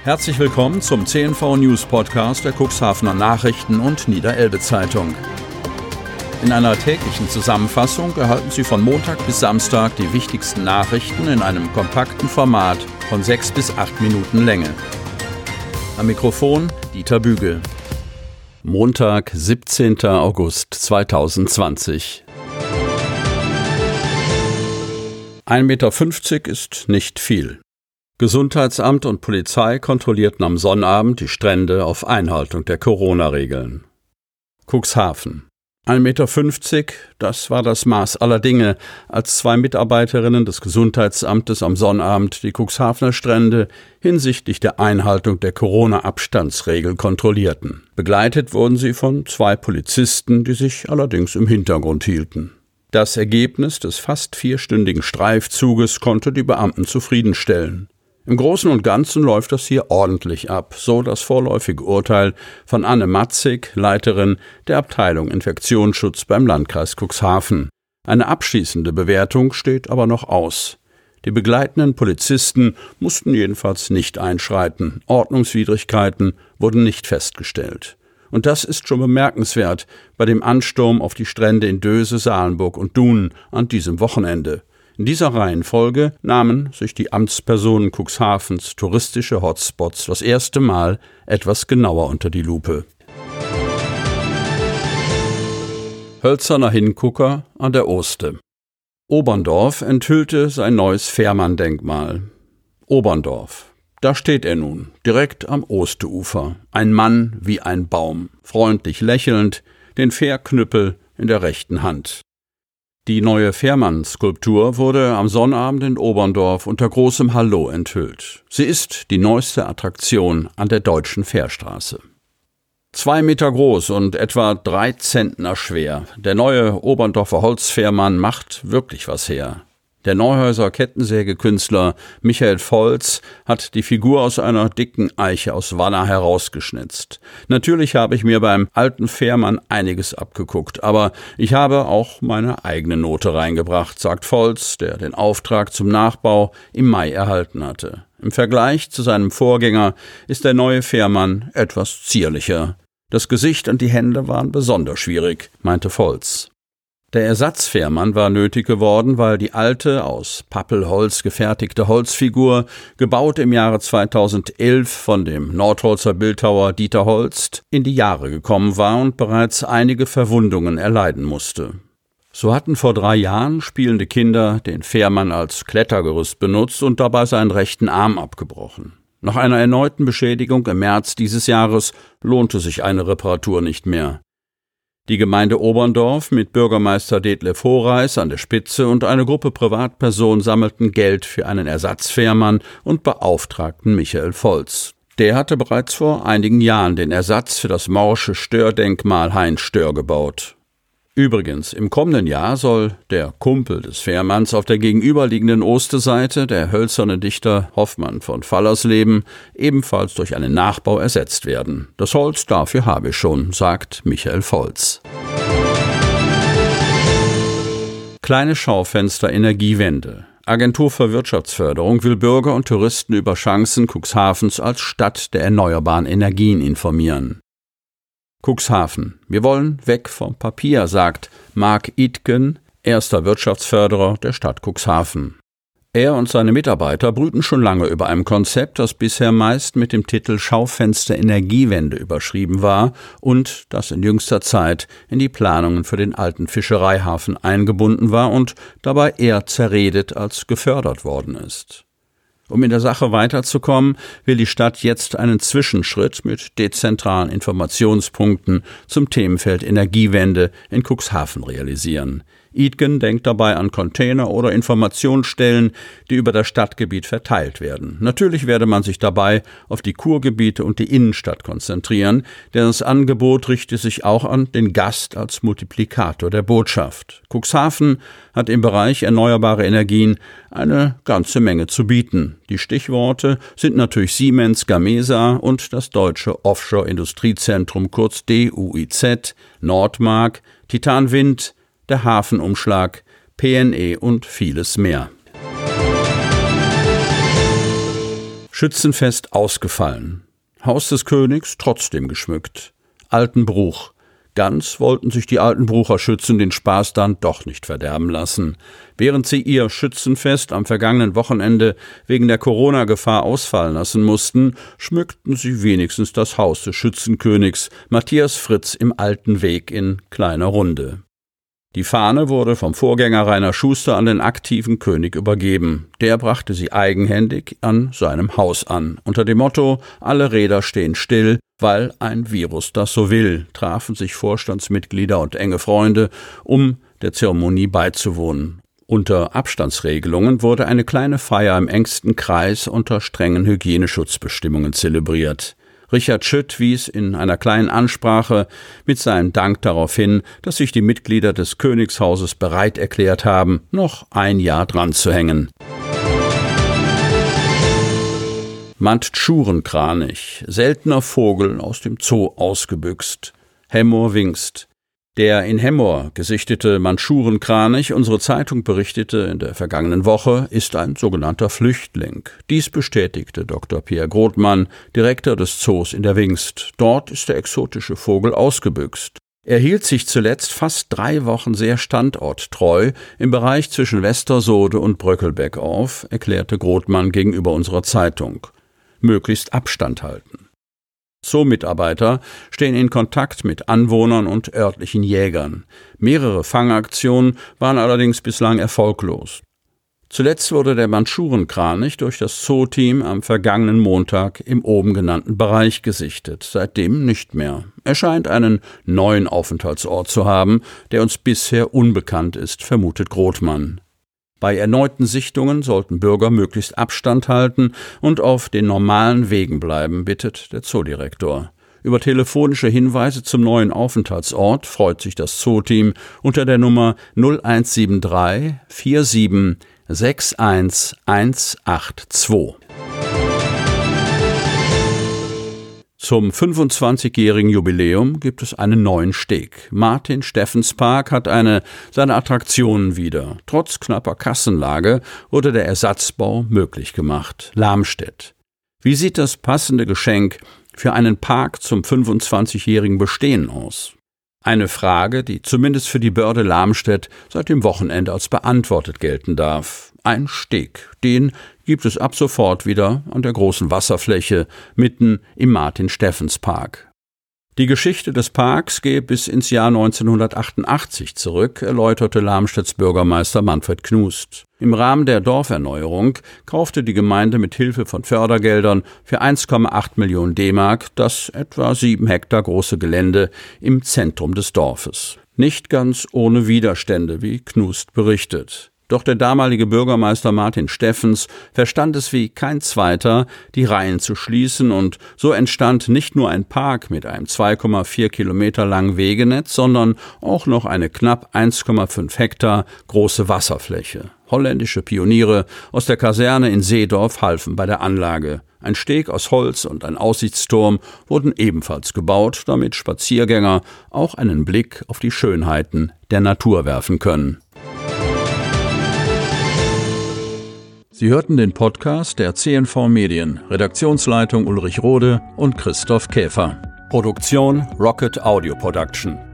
Herzlich willkommen zum CNV News Podcast der Cuxhavener Nachrichten und Niederelbe Zeitung. In einer täglichen Zusammenfassung erhalten Sie von Montag bis Samstag die wichtigsten Nachrichten in einem kompakten Format von 6 bis 8 Minuten Länge. Am Mikrofon Dieter Bügel. Montag, 17. August 2020. 1,50 Meter ist nicht viel. Gesundheitsamt und Polizei kontrollierten am Sonnabend die Strände auf Einhaltung der Corona-Regeln. Cuxhaven. 1,50 Meter, das war das Maß aller Dinge, als 2 Mitarbeiterinnen des Gesundheitsamtes am Sonnabend die Cuxhavener Strände hinsichtlich der Einhaltung der Corona-Abstandsregel kontrollierten. Begleitet wurden sie von 2 Polizisten, die sich allerdings im Hintergrund hielten. Das Ergebnis des fast 4-stündigen Streifzuges konnte die Beamten zufriedenstellen. Im Großen und Ganzen läuft das hier ordentlich ab, so das vorläufige Urteil von Anne Matzig, Leiterin der Abteilung Infektionsschutz beim Landkreis Cuxhaven. Eine abschließende Bewertung steht aber noch aus. Die begleitenden Polizisten mussten jedenfalls nicht einschreiten. Ordnungswidrigkeiten wurden nicht festgestellt. Und das ist schon bemerkenswert bei dem Ansturm auf die Strände in Döse, Salenburg und Duhn an diesem Wochenende. In dieser Reihenfolge nahmen sich die Amtspersonen Cuxhavens touristische Hotspots das erste Mal etwas genauer unter die Lupe. Hölzerner Hingucker an der Oste. Oberndorf enthüllte sein neues Fährmann-Denkmal. Oberndorf. Da steht er nun, direkt am Osteufer. Ein Mann wie ein Baum, freundlich lächelnd, den Fährknüppel in der rechten Hand. Die neue Fährmann-Skulptur wurde am Sonnabend in Oberndorf unter großem Hallo enthüllt. Sie ist die neueste Attraktion an der deutschen Fährstraße. 2 Meter groß und etwa 3 Zentner schwer. Der neue Oberndorfer Holzfährmann macht wirklich was her. Der Neuhäuser Kettensägekünstler Michael Volz hat die Figur aus einer dicken Eiche aus Wanner herausgeschnitzt. Natürlich habe ich mir beim alten Fährmann einiges abgeguckt, aber ich habe auch meine eigene Note reingebracht, sagt Volz, der den Auftrag zum Nachbau im Mai erhalten hatte. Im Vergleich zu seinem Vorgänger ist der neue Fährmann etwas zierlicher. Das Gesicht und die Hände waren besonders schwierig, meinte Volz. Der Ersatzfährmann war nötig geworden, weil die alte, aus Pappelholz gefertigte Holzfigur, gebaut im Jahre 2011 von dem Nordholzer Bildhauer Dieter Holst, in die Jahre gekommen war und bereits einige Verwundungen erleiden musste. So hatten vor 3 Jahren spielende Kinder den Fährmann als Klettergerüst benutzt und dabei seinen rechten Arm abgebrochen. Nach einer erneuten Beschädigung im März dieses Jahres lohnte sich eine Reparatur nicht mehr. Die Gemeinde Oberndorf mit Bürgermeister Detlef Horeis an der Spitze und eine Gruppe Privatpersonen sammelten Geld für einen Ersatzfährmann und beauftragten Michael Volz. Der hatte bereits vor einigen Jahren den Ersatz für das morsche Stördenkmal Heinz Stör gebaut. Übrigens, im kommenden Jahr soll der Kumpel des Fährmanns auf der gegenüberliegenden Oste-Seite, der hölzerne Dichter Hoffmann von Fallersleben, ebenfalls durch einen Nachbau ersetzt werden. Das Holz dafür habe ich schon, sagt Michael Volz. Kleine Schaufenster Energiewende. Agentur für Wirtschaftsförderung will Bürger und Touristen über Chancen Cuxhavens als Stadt der erneuerbaren Energien informieren. Cuxhaven. Wir wollen weg vom Papier, sagt Marc Idken, erster Wirtschaftsförderer der Stadt Cuxhaven. Er und seine Mitarbeiter brüten schon lange über ein Konzept, das bisher meist mit dem Titel Schaufenster Energiewende überschrieben war und das in jüngster Zeit in die Planungen für den alten Fischereihafen eingebunden war und dabei eher zerredet als gefördert worden ist. Um in der Sache weiterzukommen, will die Stadt jetzt einen Zwischenschritt mit dezentralen Informationspunkten zum Themenfeld Energiewende in Cuxhaven realisieren. Idken denkt dabei an Container oder Informationsstellen, die über das Stadtgebiet verteilt werden. Natürlich werde man sich dabei auf die Kurgebiete und die Innenstadt konzentrieren, denn das Angebot richte sich auch an den Gast als Multiplikator der Botschaft. Cuxhaven hat im Bereich erneuerbare Energien eine ganze Menge zu bieten. Die Stichworte sind natürlich Siemens Gamesa und das Deutsche Offshore-Industriezentrum kurz DUIZ, Nordmark, Titan Wind, der Hafenumschlag, PNE und vieles mehr. Schützenfest ausgefallen. Haus des Königs trotzdem geschmückt. Altenbruch. Ganz wollten sich die Altenbrucher Schützen den Spaß dann doch nicht verderben lassen. Während sie ihr Schützenfest am vergangenen Wochenende wegen der Corona-Gefahr ausfallen lassen mussten, schmückten sie wenigstens das Haus des Schützenkönigs Matthias Fritz im Alten Weg in kleiner Runde. Die Fahne wurde vom Vorgänger Rainer Schuster an den aktiven König übergeben. Der brachte sie eigenhändig an seinem Haus an. Unter dem Motto »Alle Räder stehen still, weil ein Virus das so will«, trafen sich Vorstandsmitglieder und enge Freunde, um der Zeremonie beizuwohnen. Unter Abstandsregelungen wurde eine kleine Feier im engsten Kreis unter strengen Hygieneschutzbestimmungen zelebriert. Richard Schütt wies in einer kleinen Ansprache mit seinem Dank darauf hin, dass sich die Mitglieder des Königshauses bereit erklärt haben, noch ein Jahr dran zu hängen. Mandschurenkranich, seltener Vogel aus dem Zoo ausgebüxt. Hemmoor winkst. Der in Hemmoor gesichtete Mandschurenkranich, unsere Zeitung berichtete in der vergangenen Woche, ist ein sogenannter Flüchtling. Dies bestätigte Dr. Pierre Grothmann, Direktor des Zoos in der Wingst. Dort ist der exotische Vogel ausgebüxt. Er hielt sich zuletzt fast 3 Wochen sehr standorttreu im Bereich zwischen Westersoode und Bröckelbeck auf, erklärte Grothmann gegenüber unserer Zeitung. Möglichst Abstand halten. Zoo-Mitarbeiter stehen in Kontakt mit Anwohnern und örtlichen Jägern. Mehrere Fangaktionen waren allerdings bislang erfolglos. Zuletzt wurde der Mandschurenkranich durch das Zoo-Team am vergangenen Montag im oben genannten Bereich gesichtet, seitdem nicht mehr. Er scheint einen neuen Aufenthaltsort zu haben, der uns bisher unbekannt ist, vermutet Grothmann. Bei erneuten Sichtungen sollten Bürger möglichst Abstand halten und auf den normalen Wegen bleiben, bittet der Zoodirektor. Über telefonische Hinweise zum neuen Aufenthaltsort freut sich das Zoo-Team unter der Nummer 0173 47 61 182. Zum 25-jährigen Jubiläum gibt es einen neuen Steg. Martin-Steffens-Park hat seine Attraktionen wieder. Trotz knapper Kassenlage wurde der Ersatzbau möglich gemacht. Lamstedt. Wie sieht das passende Geschenk für einen Park zum 25-jährigen Bestehen aus? Eine Frage, die zumindest für die Börde Lamstedt seit dem Wochenende als beantwortet gelten darf. Ein Steg, den gibt es ab sofort wieder an der großen Wasserfläche mitten im Martin-Steffens-Park. Die Geschichte des Parks geht bis ins Jahr 1988 zurück, erläuterte Lamstedts Bürgermeister Manfred Knust. Im Rahmen der Dorferneuerung kaufte die Gemeinde mit Hilfe von Fördergeldern für 1,8 Millionen D-Mark das etwa 7 Hektar große Gelände im Zentrum des Dorfes. Nicht ganz ohne Widerstände, wie Knust berichtet. Doch der damalige Bürgermeister Martin Steffens verstand es wie kein zweiter, die Reihen zu schließen, und so entstand nicht nur ein Park mit einem 2,4 Kilometer langen Wegenetz, sondern auch noch eine knapp 1,5 Hektar große Wasserfläche. Holländische Pioniere aus der Kaserne in Seedorf halfen bei der Anlage. Ein Steg aus Holz und ein Aussichtsturm wurden ebenfalls gebaut, damit Spaziergänger auch einen Blick auf die Schönheiten der Natur werfen können. Sie hörten den Podcast der CNV Medien, Redaktionsleitung Ulrich Rode und Christoph Käfer. Produktion Rocket Audio Production.